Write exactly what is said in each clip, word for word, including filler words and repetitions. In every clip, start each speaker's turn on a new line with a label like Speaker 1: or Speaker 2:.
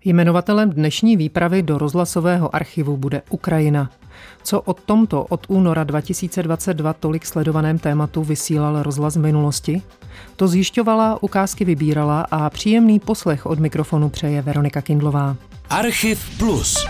Speaker 1: Jmenovatelem dnešní výpravy do rozhlasového archivu bude Ukrajina. Co o tomto od února dva tisíce dvacet dva tolik sledovaném tématu vysílal rozhlas v minulosti? To zjišťovala, ukázky vybírala a příjemný poslech od mikrofonu přeje Veronika Kindlová.
Speaker 2: Archiv Plus.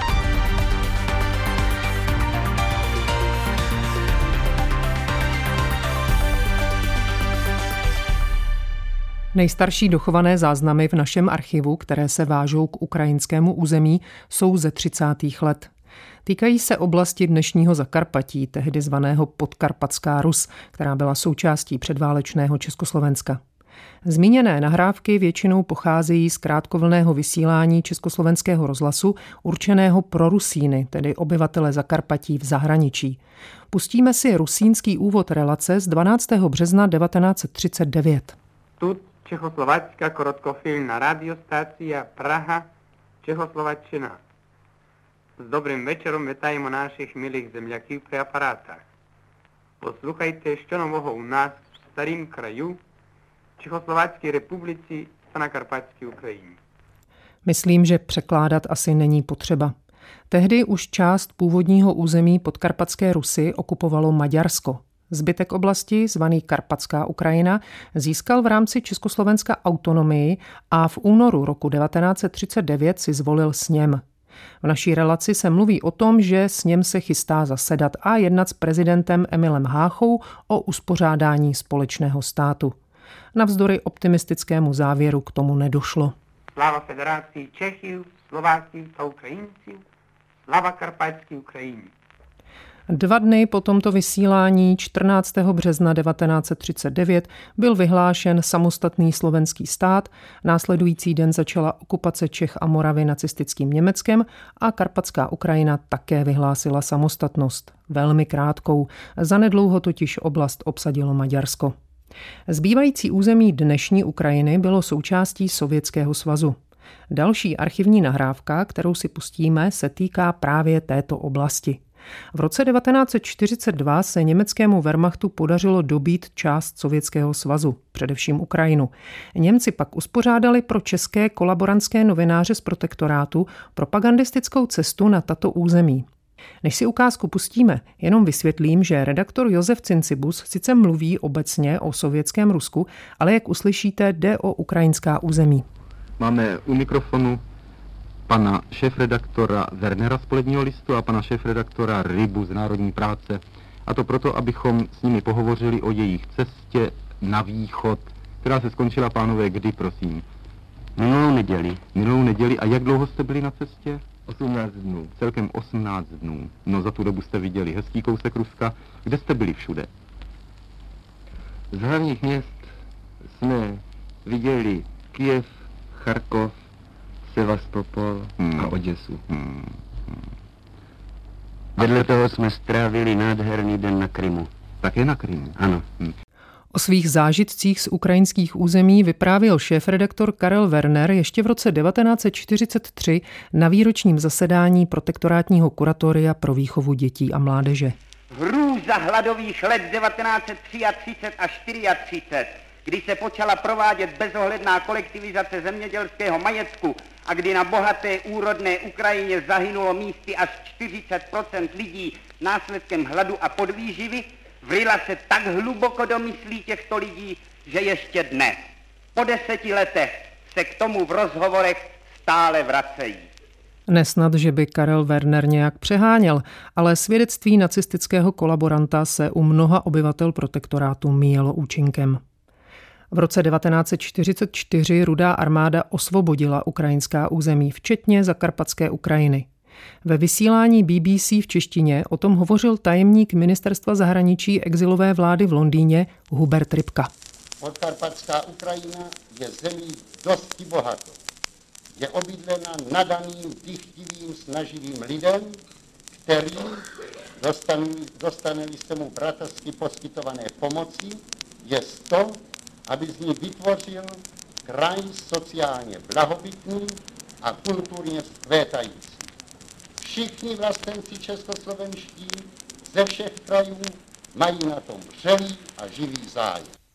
Speaker 1: Nejstarší dochované záznamy v našem archivu, které se vážou k ukrajinskému území, jsou ze třicátých let. Týkají se oblasti dnešního Zakarpatí, tehdy zvaného Podkarpatská Rus, která byla součástí předválečného Československa. Zmíněné nahrávky většinou pocházejí z krátkovlnného vysílání Československého rozhlasu určeného pro Rusíny, tedy obyvatele Zakarpatí v zahraničí. Pustíme si rusínský úvod relace z dvanáctého března devatenáct set třicet devět.
Speaker 3: Тут Čechoslovacká korotkofilmná radiostácia Praha, Čechoslovačina. S dobrým večerom vitajemo našich milých zemľakів pri aparátach. Posluchajte, що нового у нас в старім краю, Čechoslovacké republice a na Karpatské Ukrajině.
Speaker 1: Myslím, že překládat asi není potřeba. Tehdy už část původního území Podkarpatské Rusy okupovalo Maďarsko. Zbytek oblasti, zvaný Karpatská Ukrajina, získal v rámci Československa autonomii a v únoru roku devatenáct set třicet devět si zvolil sněm. V naší relaci se mluví o tom, že sněm se chystá zasedat a jednat s prezidentem Emilem Háchou o uspořádání společného státu. Navzdory optimistickému závěru k tomu nedošlo.
Speaker 3: Sláva Federací Čechů, Slováků a Ukrajinců, sláva Karpatské Ukrajině.
Speaker 1: Dva dny po tomto vysílání čtrnáctého března devatenáct set třicet devět byl vyhlášen samostatný slovenský stát, následující den začala okupace Čech a Moravy nacistickým Německem a Karpatská Ukrajina také vyhlásila samostatnost. Velmi krátkou, zanedlouho totiž oblast obsadilo Maďarsko. Zbývající území dnešní Ukrajiny bylo součástí Sovětského svazu. Další archivní nahrávka, kterou si pustíme, se týká právě této oblasti. V roce devatenáct set čtyřicet dva se německému Wehrmachtu podařilo dobít část Sovětského svazu, především Ukrajinu. Němci pak uspořádali pro české kolaborantské novináře z protektorátu propagandistickou cestu na tato území. Než si ukázku pustíme, jenom vysvětlím, že redaktor Josef Cincibus sice mluví obecně o sovětském Rusku, ale jak uslyšíte, jde o ukrajinská území.
Speaker 4: Máme u mikrofonu pana šéfredaktora Wernera z Poledního listu a pana šéfredaktora Rybu z Národní práce. A to proto, abychom s nimi pohovořili o jejich cestě na východ, která se skončila, pánové, kdy, prosím?
Speaker 5: Minulou neděli.
Speaker 4: Minulou neděli. A jak dlouho jste byli na cestě?
Speaker 5: osmnáct dnů.
Speaker 4: Celkem osmnáct dnů. No, za tu dobu jste viděli hezký kousek Ruska. Kde jste byli všude?
Speaker 5: Z hlavních měst jsme viděli Kyjev, Charkov, Sevastopol hmm. a Oděsu. Hmm. Hmm. Vedle toho jsme strávili nádherný den na Krymu.
Speaker 4: Také na Krymu?
Speaker 5: Ano.
Speaker 4: Hmm.
Speaker 1: O svých zážitcích z ukrajinských území vyprávěl šéfredaktor Karel Werner ještě v roce devatenáct set čtyřicet tři na výročním zasedání protektorátního kuratoria pro výchovu dětí a mládeže.
Speaker 6: Hrůza hladových let devatenáct set třicet tři až třicet čtyři, kdy se počala provádět bezohledná kolektivizace zemědělského majetku a kdy na bohaté úrodné Ukrajině zahynulo místy až čtyřicet procent lidí následkem hladu a podvýživy, vryla se tak hluboko do myslí těchto lidí, že ještě dnes, po deseti letech, se k tomu v rozhovorech stále vracejí.
Speaker 1: Nesnad, že by Karel Werner nějak přeháněl, ale svědectví nacistického kolaboranta se u mnoha obyvatel protektorátu míjelo účinkem. V roce devatenáct set čtyřicet čtyři Rudá armáda osvobodila ukrajinská území, včetně Zakarpatské Ukrajiny. Ve vysílání B B C v češtině o tom hovořil tajemník ministerstva zahraničí exilové vlády v Londýně Hubert Rybka.
Speaker 7: Podkarpatská Ukrajina je zemí dosti bohatou. Je obydlena nadaným, dychtivým, snaživým lidem, který dostane-li se mu bratrsky poskytované pomoci, je to, aby z ní vytvořil kraj sociálně blahobytný a kulturně vzkvétající. Všichni vlastenci českoslovenští ze všech krajů mají na tom vřelý a živý zájem.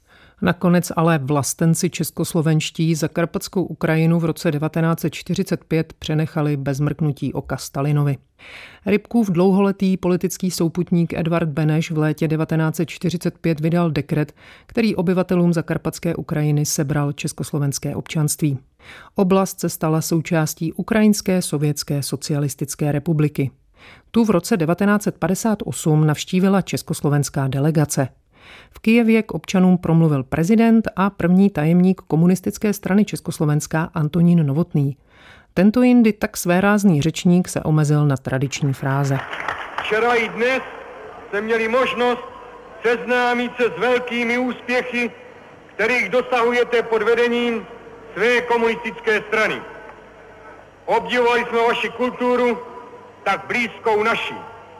Speaker 1: Nakonec ale vlastenci českoslovenští zakarpatskou Ukrajinu v roce devatenáct set čtyřicet pět přenechali bez mrknutí oka Stalinovi. Rybkův dlouholetý politický souputník Edvard Beneš v létě devatenáct set čtyřicet pět vydal dekret, který obyvatelům zakarpatské Ukrajiny sebral československé občanství. Oblast se stala součástí Ukrajinské sovětské socialistické republiky. Tu v roce devatenáct set padesát osm navštívila československá delegace. V Kyjevě k občanům promluvil prezident a první tajemník komunistické strany Československa Antonín Novotný. Tento jindy tak svérázný řečník se omezil na tradiční fráze.
Speaker 8: Včera i dnes jste měli možnost seznámit se s velkými úspěchy, kterých dosahujete pod vedením své komunistické strany. Obdivovali jsme vaši kulturu tak blízkou naší.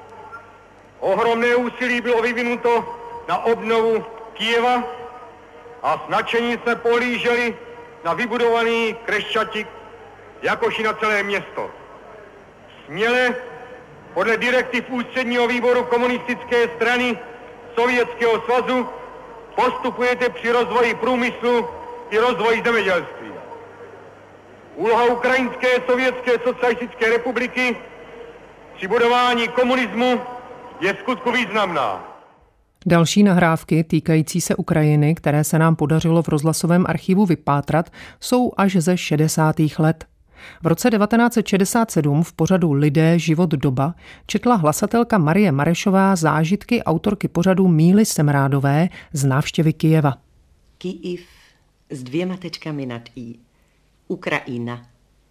Speaker 8: Ohromné úsilí bylo vyvinuto na obnovu Kyjeva a s nadšením jsme pohlíželi na vybudovaný Křeščatik, jakož i na celé město. Směle podle direktiv ústředního výboru komunistické strany Sovětského svazu postupujete při rozvoji průmyslu i rozvoji zemědělství. Úloha Ukrajinské sovětské socialistické republiky při budování komunismu je skutku významná.
Speaker 1: Další nahrávky týkající se Ukrajiny, které se nám podařilo v rozhlasovém archivu vypátrat, jsou až ze šedesátých let. V roce devatenáct set šedesát sedm v pořadu Lidé, život, doba četla hlasatelka Marie Marešová zážitky autorky pořadu Míly Semrádové z návštěvy Kyjeva.
Speaker 9: Kyjiv s dvěma tečkami nad i. Ukrajina.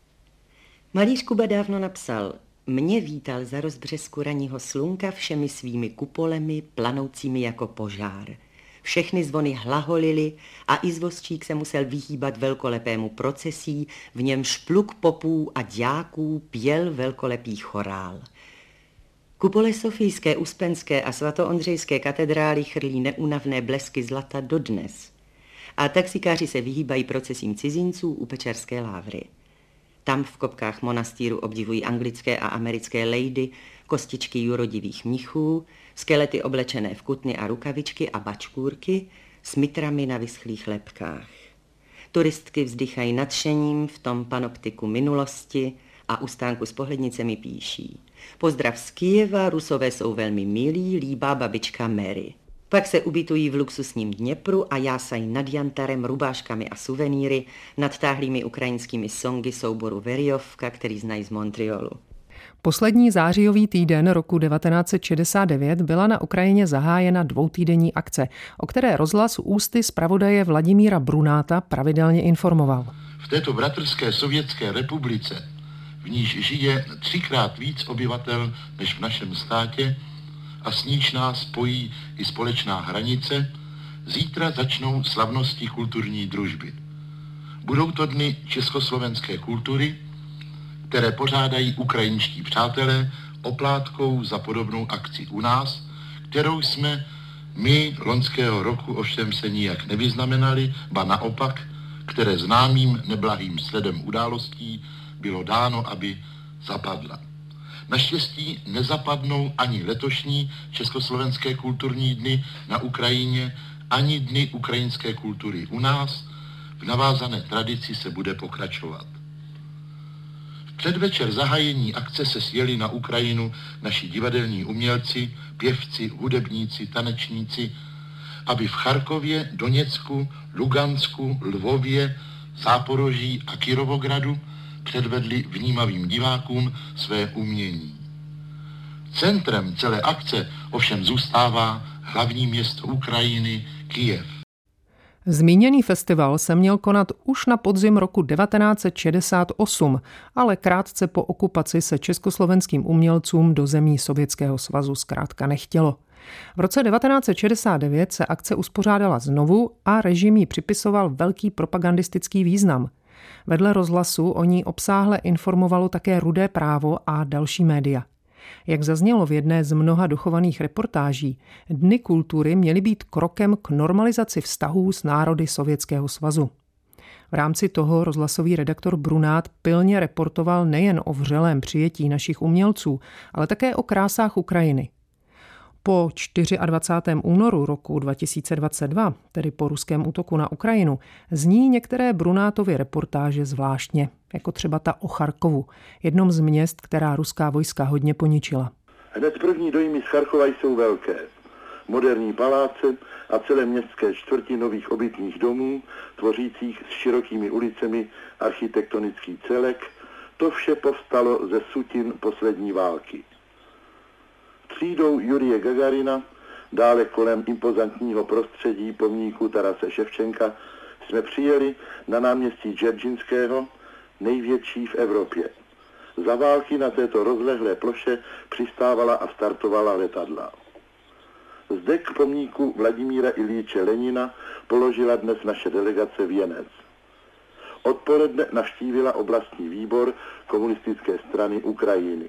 Speaker 9: Malíř Kuba dávno napsal: Mě vítal za rozbřesku ranního slunka všemi svými kupolemi, planoucími jako požár. Všechny zvony hlaholily a izvozčík se musel vyhýbat velkolepému procesí, v němž pluk popů a dějáků pěl velkolepý chorál. Kupole Sofijské, Uspenské a svatoondřejské katedrály chrlí neúnavné blesky zlata dodnes. A taxikáři se vyhýbají procesím cizinců u Pečerské lávry. Tam v kopkách monastýru obdivují anglické a americké lejdy, kostičky jurodivých mnichů, skelety oblečené v kutny a rukavičky a bačkůrky s mitrami na vyschlých lebkách. Turistky vzdychají nadšením v tom panoptiku minulosti a u stánku s pohlednicemi píší: Pozdrav z Kyjeva, Rusové jsou velmi milí, líbá babička Mary. Pak se ubytují v luxusním Dněpru a jásají nad jantarem, rubáškami a suvenýry, nad táhlými ukrajinskými songy souboru Veriovka, který znají z Montrealu.
Speaker 1: Poslední zářijový týden roku devatenáct set šedesát devět byla na Ukrajině zahájena dvoutýdenní akce, o které rozhlas ústy zpravodaje Vladimíra Brunáta pravidelně informoval.
Speaker 10: V této bratrské sovětské republice, v níž žije třikrát víc obyvatel než v našem státě, a s níž nás spojí i společná hranice, zítra začnou slavnosti kulturní družby. Budou to dny československé kultury, které pořádají ukrajinští přátelé oplátkou za podobnou akci u nás, kterou jsme my loňského roku ovšem se nijak nevyznamenali, ba naopak, které známým neblahým sledem událostí bylo dáno, aby zapadla. Naštěstí nezapadnou ani letošní československé kulturní dny na Ukrajině, ani dny ukrajinské kultury u nás. V navázané tradici se bude pokračovat. V předvečer zahájení akce se sjeli na Ukrajinu naši divadelní umělci, pěvci, hudebníci, tanečníci, aby v Charkově, Doněcku, Lugansku, Lvově, Záporoží a Kirovogradu předvedli vnímavým divákům své umění. Centrem celé akce ovšem zůstává hlavní město Ukrajiny, Kyjev.
Speaker 1: Zmíněný festival se měl konat už na podzim roku devatenáct set šedesát osm, ale krátce po okupaci se československým umělcům do zemí Sovětského svazu zkrátka nechtělo. V roce devatenáct set šedesát devět se akce uspořádala znovu a režim jí připisoval velký propagandistický význam. Vedle rozhlasu o ní obsáhle informovalo také Rudé právo a další média. Jak zaznělo v jedné z mnoha dochovaných reportáží, Dny kultury měly být krokem k normalizaci vztahů s národy Sovětského svazu. V rámci toho rozhlasový redaktor Brunát pilně reportoval nejen o vřelém přijetí našich umělců, ale také o krásách Ukrajiny. Po dvacátého čtvrtého únoru roku dva tisíce dvacet dva, tedy po ruském útoku na Ukrajinu, zní některé Brunátovy reportáže zvláštně, jako třeba ta o Charkovu, jednom z měst, která ruská vojska hodně poničila.
Speaker 11: Hned první dojmy z Charkova jsou velké. Moderní paláce a celé městské čtvrti nových obytných domů, tvořících s širokými ulicemi architektonický celek, to vše povstalo ze sutin poslední války. Třídou Jurije Gagarina, dále kolem impozantního prostředí pomníku Tarase Ševčenka, jsme přijeli na náměstí Dzeržinského, největší v Evropě. Za války na této rozlehlé ploše přistávala a startovala letadla. Zde k pomníku Vladimíra Iljiče Lenina položila dnes naše delegace věnec. Odpoledne navštívila oblastní výbor komunistické strany Ukrajiny.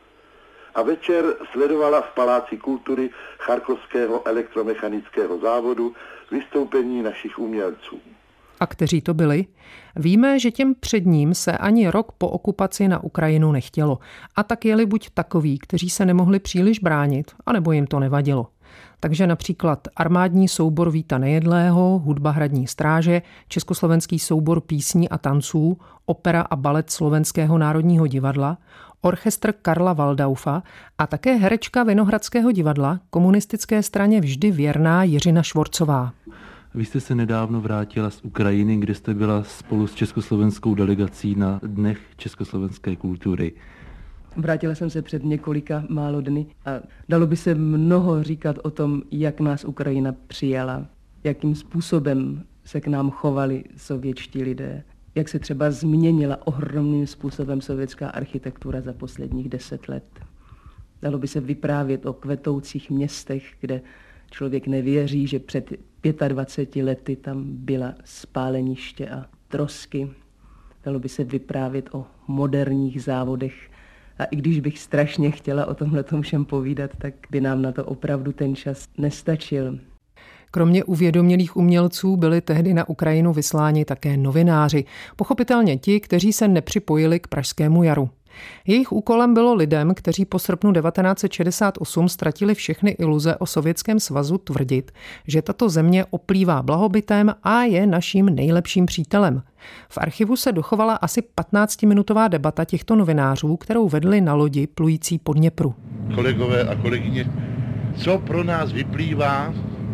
Speaker 11: A večer sledovala v Paláci kultury Charkovského elektromechanického závodu vystoupení našich umělců.
Speaker 1: A kteří to byli? Víme, že těm předním se ani rok po okupaci na Ukrajinu nechtělo. A tak jeli buď takoví, kteří se nemohli příliš bránit, anebo jim to nevadilo. Takže například armádní soubor Víta Nejedlého, hudba Hradní stráže, československý soubor písní a tanců, opera a balet Slovenského národního divadla, orchestr Karla Waldaufa a také herečka Vinohradského divadla, komunistické straně vždy věrná Jiřina Švorcová.
Speaker 12: Vy jste se nedávno vrátila z Ukrajiny, kde jste byla spolu s československou delegací na Dnech československé kultury.
Speaker 13: Vrátila jsem se před několika málo dny a dalo by se mnoho říkat o tom, jak nás Ukrajina přijala, jakým způsobem se k nám chovali sovětští lidé, jak se třeba změnila ohromným způsobem sovětská architektura za posledních deset let. Dalo by se vyprávět o kvetoucích městech, kde člověk nevěří, že před dvaceti pěti lety tam byla spáleniště a trosky. Dalo by se vyprávět o moderních závodech. A i když bych strašně chtěla o tomhletom všem povídat, tak by nám na to opravdu ten čas nestačil.
Speaker 1: Kromě uvědomělých umělců byli tehdy na Ukrajinu vysláni také novináři. Pochopitelně ti, kteří se nepřipojili k Pražskému jaru. Jejich úkolem bylo lidem, kteří po srpnu devatenáct set šedesát osm ztratili všechny iluze o Sovětském svazu, tvrdit, že tato země oplývá blahobytem a je naším nejlepším přítelem. V archivu se dochovala asi patnáctiminutová debata těchto novinářů, kterou vedli na lodi plující po Dněpru.
Speaker 10: Kolegové a kolegyně, co pro nás vyplývá,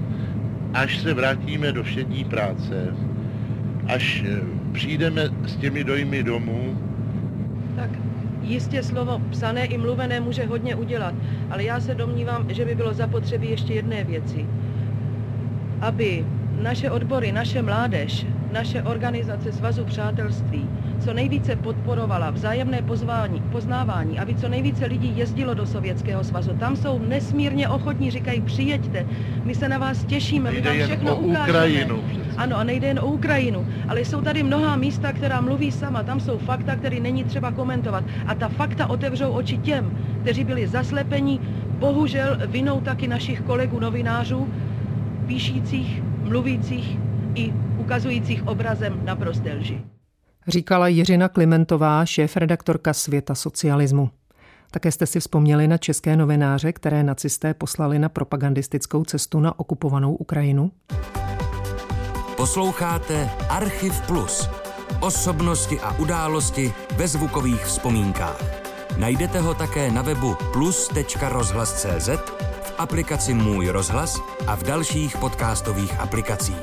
Speaker 10: až se vrátíme do všední práce, až přijdeme s těmi dojmy domů?
Speaker 14: Tak jistě slovo psané i mluvené může hodně udělat, ale já se domnívám, že by bylo zapotřebí ještě jedné věci. Aby naše odbory, naše mládež, naše organizace Svazu přátelství co nejvíce podporovala vzájemné pozvání, poznávání, aby co nejvíce lidí jezdilo do Sovětského svazu. Tam jsou nesmírně ochotní, říkají, přijeďte, my se na vás těšíme, my vám všechno ukážeme. Ukrajinu. Ano, a nejde jen o Ukrajinu, ale jsou tady mnohá místa, která mluví sama, tam jsou fakta, které není třeba komentovat. A ta fakta otevřou oči těm, kteří byli zaslepeni, bohužel vinou taky našich kolegů novinářů, píšících, mluvících i ukazujících obrazem naprosté lži.
Speaker 1: Říkala Jiřina Klimentová, šéfredaktorka Světa socialismu. Také jste si vzpomněli na české novináře, které nacisté poslali na propagandistickou cestu na okupovanou Ukrajinu?
Speaker 2: Posloucháte Archiv Plus. Osobnosti a události ve zvukových vzpomínkách. Najdete ho také na webu plus tečka rozhlas tečka cé zet, v aplikaci Můj rozhlas a v dalších podcastových aplikacích.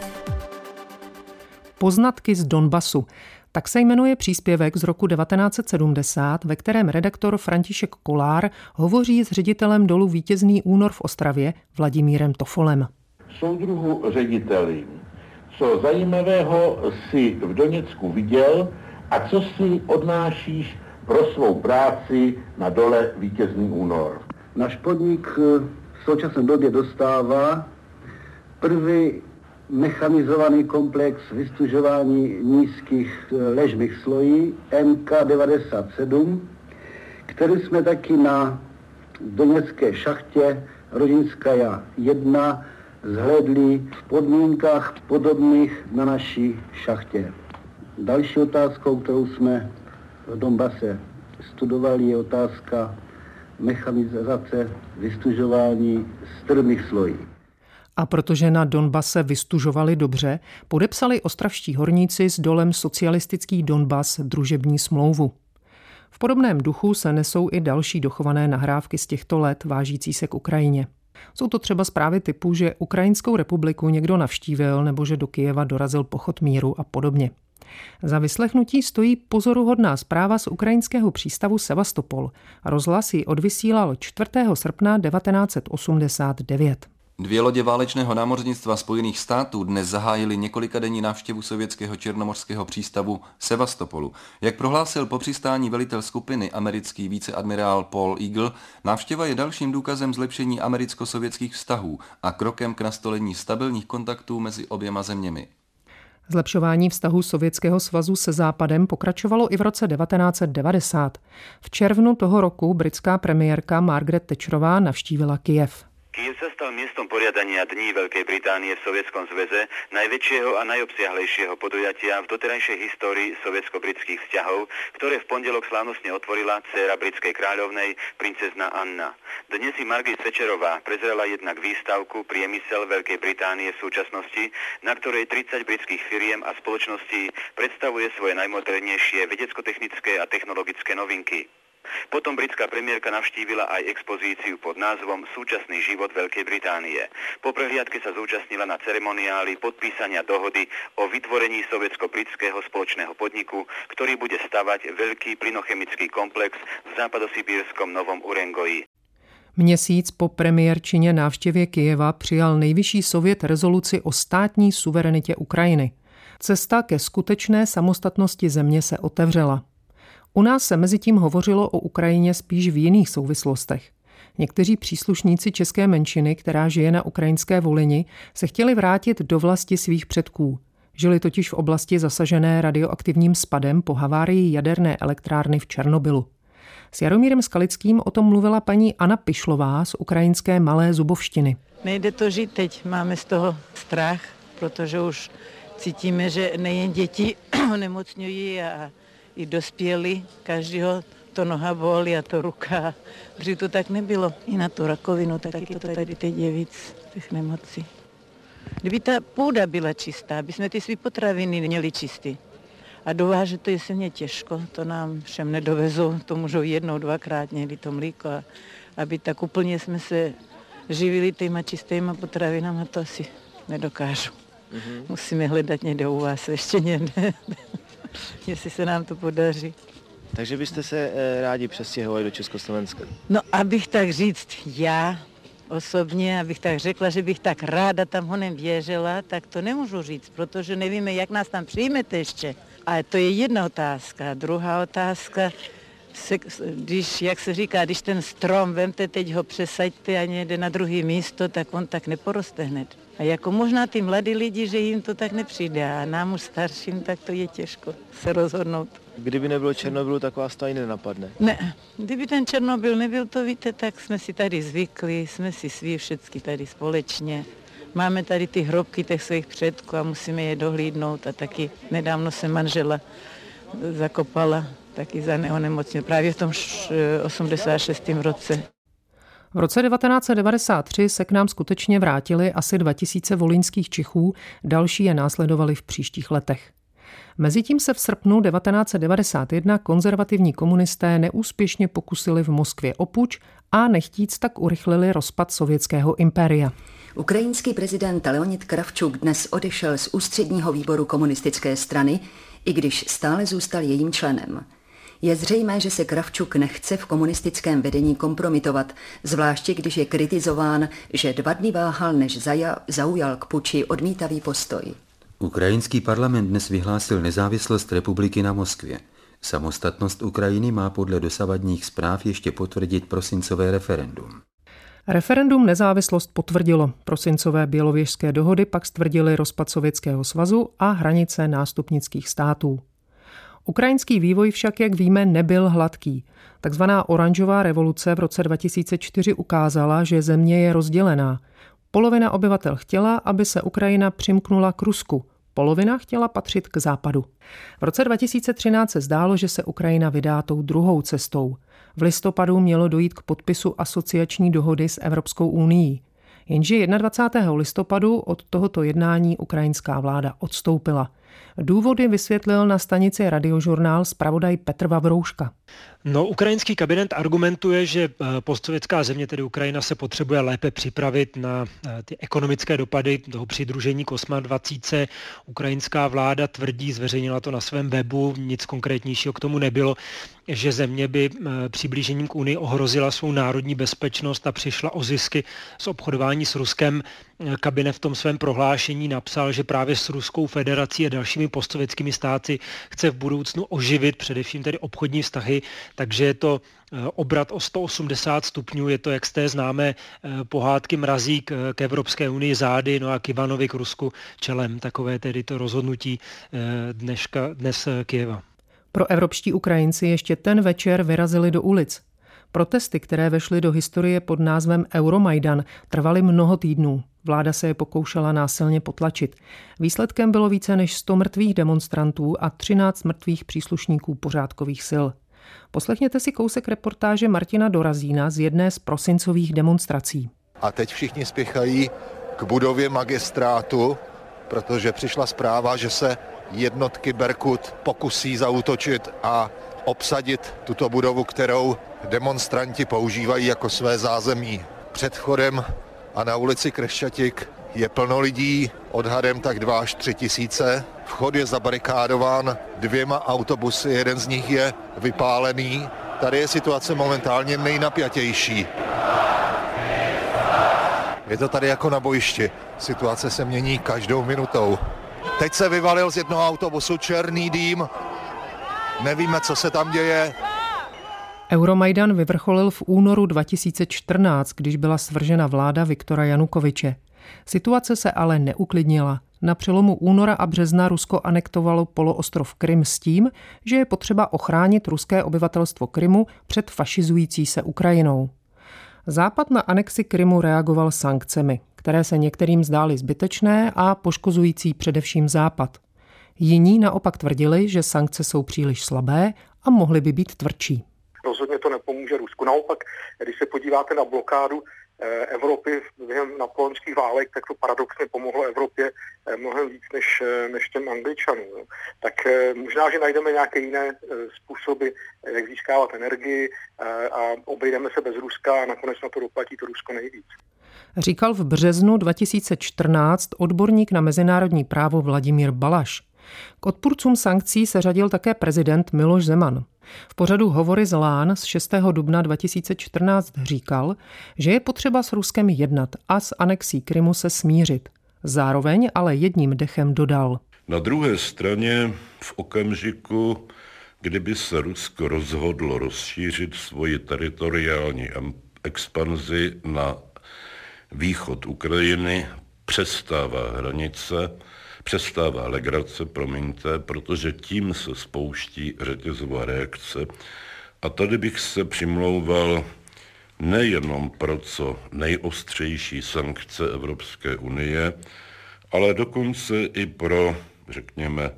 Speaker 1: Poznatky z Donbasu. Tak se jmenuje příspěvek z roku devatenáct set sedmdesát, ve kterém redaktor František Kolár hovoří s ředitelem dolu Vítězný únor v Ostravě Vladimírem Tofolem.
Speaker 15: Soudruhu řediteli, co zajímavého si v Doněcku viděl a co si odnášíš pro svou práci na dole Vítězný únor?
Speaker 16: Náš podnik v současné době dostává první mechanizovaný komplex vystužování nízkých ležných slojí M K devadesát sedm, který jsme taky na doněcké šachtě Rodinskaja jedna zhlédli v podmínkách podobných na naší šachtě. Další otázkou, kterou jsme v Donbase studovali, je otázka mechanizace vystužování strmých slojí.
Speaker 1: A protože na Donbase vystužovali dobře, podepsali ostravští horníci s dolem Socialistický Donbas družební smlouvu. V podobném duchu se nesou i další dochované nahrávky z těchto let vážící se k Ukrajině. Jsou to třeba zprávy typu, že Ukrajinskou republiku někdo navštívil nebo že do Kyjeva dorazil pochod míru a podobně. Za vyslechnutí stojí pozoruhodná zpráva z ukrajinského přístavu Sevastopol. Rozhlas ji odvysílal čtvrtého srpna devatenáct set osmdesát devět.
Speaker 17: Dvě lodě válečného námořnictva Spojených států dnes zahájily několikadenní návštěvu sovětského černomorského přístavu Sevastopolu. Jak prohlásil po přistání velitel skupiny americký viceadmirál Paul Eagle, návštěva je dalším důkazem zlepšení americko-sovětských vztahů a krokem k nastolení stabilních kontaktů mezi oběma zeměmi.
Speaker 1: Zlepšování vztahů Sovětského svazu se Západem pokračovalo i v roce devatenáct set devadesát. V červnu toho roku britská premiérka Margaret Thatcherová navštívila Kyjev.
Speaker 18: Kyjev sa stal miestom poriadania Dní Veľkej Británie v Sovietskom zväze, najväčšieho a najobsiahlejšieho podujatia v doterajšej histórii sovietsko-britských vzťahov, ktoré v pondelok slávnostne otvorila dcéra britskej kráľovnej, princezna Anna. Dnes si Margaret Thatcherová prezrela jednak výstavku Priemysel Veľkej Británie v súčasnosti, na ktorej tridsať britských firiem a spoločností predstavuje svoje najmodernejšie vedecko-technické a technologické novinky. Potom britská premiérka navštívila aj expozíciu pod názvom Súčasný život Veľkej Británie. Po prehliadke sa zúčastnila na ceremoniáli podpísania dohody o vytvorení sovietsko-britského spoločného podniku, ktorý bude stavať veľký plynochemický komplex v západosibírskom Novom Urengoji.
Speaker 1: Měsíc po premiérčině návštěvě Kyjeva přijal nejvyšší sovět rezoluci o státní suverenitě Ukrajiny. Cesta ke skutečné samostatnosti země se otevřela. U nás se mezitím hovořilo o Ukrajině spíš v jiných souvislostech. Někteří příslušníci české menšiny, která žije na ukrajinské Volyni, se chtěli vrátit do vlasti svých předků. Žili totiž v oblasti zasažené radioaktivním spadem po havárii jaderné elektrárny v Černobylu. S Jaromírem Skalickým o tom mluvila paní Anna Pišlová z ukrajinské Malé Zubovštiny.
Speaker 19: Nejde to žít teď, máme z toho strach, protože už cítíme, že nejen děti onemocňují a i dospělí, každýho to noha bolí a to ruka. Dřív to tak nebylo. I na tu rakovinu, taky to tady teď je víc těch nemocí. Kdyby ta půda byla čistá, aby jsme ty svý potraviny měli čistý. A dovážet to je silně těžko, to nám všem nedovezou, to můžou jednou, dvakrát někdy to mlíko. A aby tak úplně jsme se živili těma čistýma potravinama, to asi nedokážu. Mm-hmm. Musíme hledat někde u vás ještě někde. Jestli se nám to podaří.
Speaker 20: Takže byste se rádi přestěhovali do Československa?
Speaker 19: No, abych tak říct, já osobně, abych tak řekla, že bych tak ráda tam honem věřila, tak to nemůžu říct, protože nevíme, jak nás tam přijmete ještě. A to je jedna otázka. Druhá otázka, se, když, jak se říká, když ten strom vemte, teď ho přesaďte a někde na druhé místo, tak on tak neporoste hned. A jako možná ty mladí lidi, že jim to tak nepřijde a nám už starším, tak to je těžko se rozhodnout.
Speaker 20: Kdyby nebylo Černobylu, tak vás to ani nenapadne?
Speaker 19: Ne, kdyby ten Černobyl nebyl, to víte, tak jsme si tady zvykli, jsme si svý všetky tady společně. Máme tady ty hrobky těch svých předků a musíme je dohlídnout a taky nedávno se manžela zakopala, taky za neonemocnění, právě v tom osmdesát šestém roce.
Speaker 1: V roce devatenáct set devadesát tři se k nám skutečně vrátili asi dva tisíce volyňských Čechů, další je následovali v příštích letech. Mezitím se v srpnu devatenáct set devadesát jedna konzervativní komunisté neúspěšně pokusili v Moskvě o puč a nechtíc tak urychlili rozpad sovětského impéria.
Speaker 21: Ukrajinský prezident Leonid Kravčuk dnes odešel z ústředního výboru komunistické strany, i když stále zůstal jejím členem. Je zřejmé, že se Kravčuk nechce v komunistickém vedení kompromitovat, zvláště když je kritizován, že dva dny váhal, než zaja, zaujal k puči odmítavý postoj.
Speaker 22: Ukrajinský parlament dnes vyhlásil nezávislost republiky na Moskvě. Samostatnost Ukrajiny má podle dosavadních zpráv ještě potvrdit prosincové referendum.
Speaker 1: Referendum nezávislost potvrdilo. Prosincové bělověžské dohody pak stvrdily rozpad Sovětského svazu a hranice nástupnických států. Ukrajinský vývoj však, jak víme, nebyl hladký. Takzvaná oranžová revoluce v roce dva tisíce čtyři ukázala, že země je rozdělená. Polovina obyvatel chtěla, aby se Ukrajina přimknula k Rusku. Polovina chtěla patřit k západu. V roce dva tisíce třináct se zdálo, že se Ukrajina vydá tou druhou cestou. V listopadu mělo dojít k podpisu asociační dohody s Evropskou unií. Jenže dvacátého prvního listopadu od tohoto jednání ukrajinská vláda odstoupila. Důvody vysvětlil na stanici Radiožurnál zpravodaj Petr Vavrouška.
Speaker 3: No, ukrajinský kabinet argumentuje, že postsovětská země, tedy Ukrajina, se potřebuje lépe připravit na ty ekonomické dopady toho přidružení k dvacítce osmé. Ukrajinská vláda tvrdí, zveřejnila to na svém webu, nic konkrétnějšího k tomu nebylo, že země by přiblížením k Unii ohrozila svou národní bezpečnost a přišla o zisky z obchodování s Ruskem. Kabinet v tom svém prohlášení napsal, že právě s Ruskou federací a dalšími postsovětskými státy chce v budoucnu oživit především tedy obchodní vztahy, takže je to obrat o sto osmdesát stupňů, je to jak z té známé pohádky Mrazík k Evropské unii zády, no a k Ivanovi k Rusku čelem. Takové tedy to rozhodnutí dneška, dnes Kyjeva.
Speaker 1: Pro evropští Ukrajinci ještě ten večer vyrazili do ulic. Protesty, které vešly do historie pod názvem Euromajdan, trvaly mnoho týdnů. Vláda se je pokoušela násilně potlačit. Výsledkem bylo více než sto mrtvých demonstrantů a třináct mrtvých příslušníků pořádkových sil. Poslechněte si kousek reportáže Martina Dorazína z jedné z prosincových demonstrací.
Speaker 5: A teď všichni spěchají k budově magistrátu, protože přišla zpráva, že se jednotky Berkut pokusí zaútočit a obsadit tuto budovu, kterou demonstranti používají jako své zázemí. Před vchodem a na ulici Kreščatik je plno lidí, odhadem tak dva až tři tisíce. Vchod je zabarikádován dvěma autobusy, jeden z nich je vypálený. Tady je situace momentálně nejnapjatější. Je to tady jako na bojišti. Situace se mění každou minutou. Teď se vyvalil z jednoho autobusu černý dým. Nevíme, co se tam děje.
Speaker 1: Euromajdan vyvrcholil v únoru dva tisíce čtrnáct, když byla svržena vláda Viktora Janukovyče. Situace se ale neuklidnila. Na přelomu února a března Rusko anektovalo poloostrov Krym s tím, že je potřeba ochránit ruské obyvatelstvo Krymu před fašizující se Ukrajinou. Západ na anexi Krymu reagoval sankcemi, které se některým zdály zbytečné a poškozující především Západ. Jiní naopak tvrdili, že sankce jsou příliš slabé a mohly by být tvrdší.
Speaker 23: Rozhodně to nepomůže Rusku. Naopak, když se podíváte na blokádu Evropy během napoleonských válek, tak to paradoxně pomohlo Evropě mnohem víc než, než těm Angličanům. Tak možná, že najdeme nějaké jiné způsoby, jak získávat energii a obejdeme se bez Ruska a nakonec na to doplatí to Rusko nejvíc.
Speaker 1: Říkal v březnu dva tisíce čtrnáct odborník na mezinárodní právo Vladimír Balaš. K odpůrcům sankcí se řadil také prezident Miloš Zeman. V pořadu Hovory z Lán z šestého dubna dva tisíce čtrnáct říkal, že je potřeba s Ruskem jednat a s anexí Krymu se smířit. Zároveň ale jedním dechem dodal.
Speaker 24: Na druhé straně v okamžiku, kdyby se Rusko rozhodlo rozšířit svoji teritoriální expanzi na východ Ukrajiny, přestává hranice, přestává legrace, promiňte, protože tím se spouští řetězová reakce. A tady bych se přimlouval nejenom pro co nejostřejší sankce Evropské unie, ale dokonce i pro, řekněme,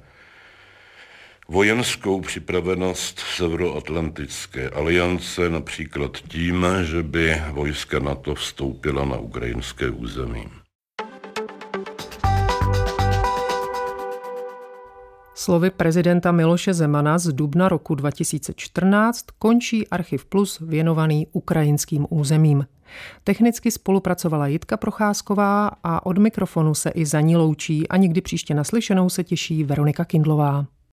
Speaker 24: vojenskou připravenost Severoatlantické aliance, například tím, že by vojska NATO vstoupila na ukrajinské území.
Speaker 1: Slovy prezidenta Miloše Zemana z dubna roku dva tisíce čtrnáct končí Archiv Plus věnovaný ukrajinským územím. Technicky spolupracovala Jitka Procházková a od mikrofonu se i za ní loučí a někdy příště naslyšenou se těší Veronika Kindlová.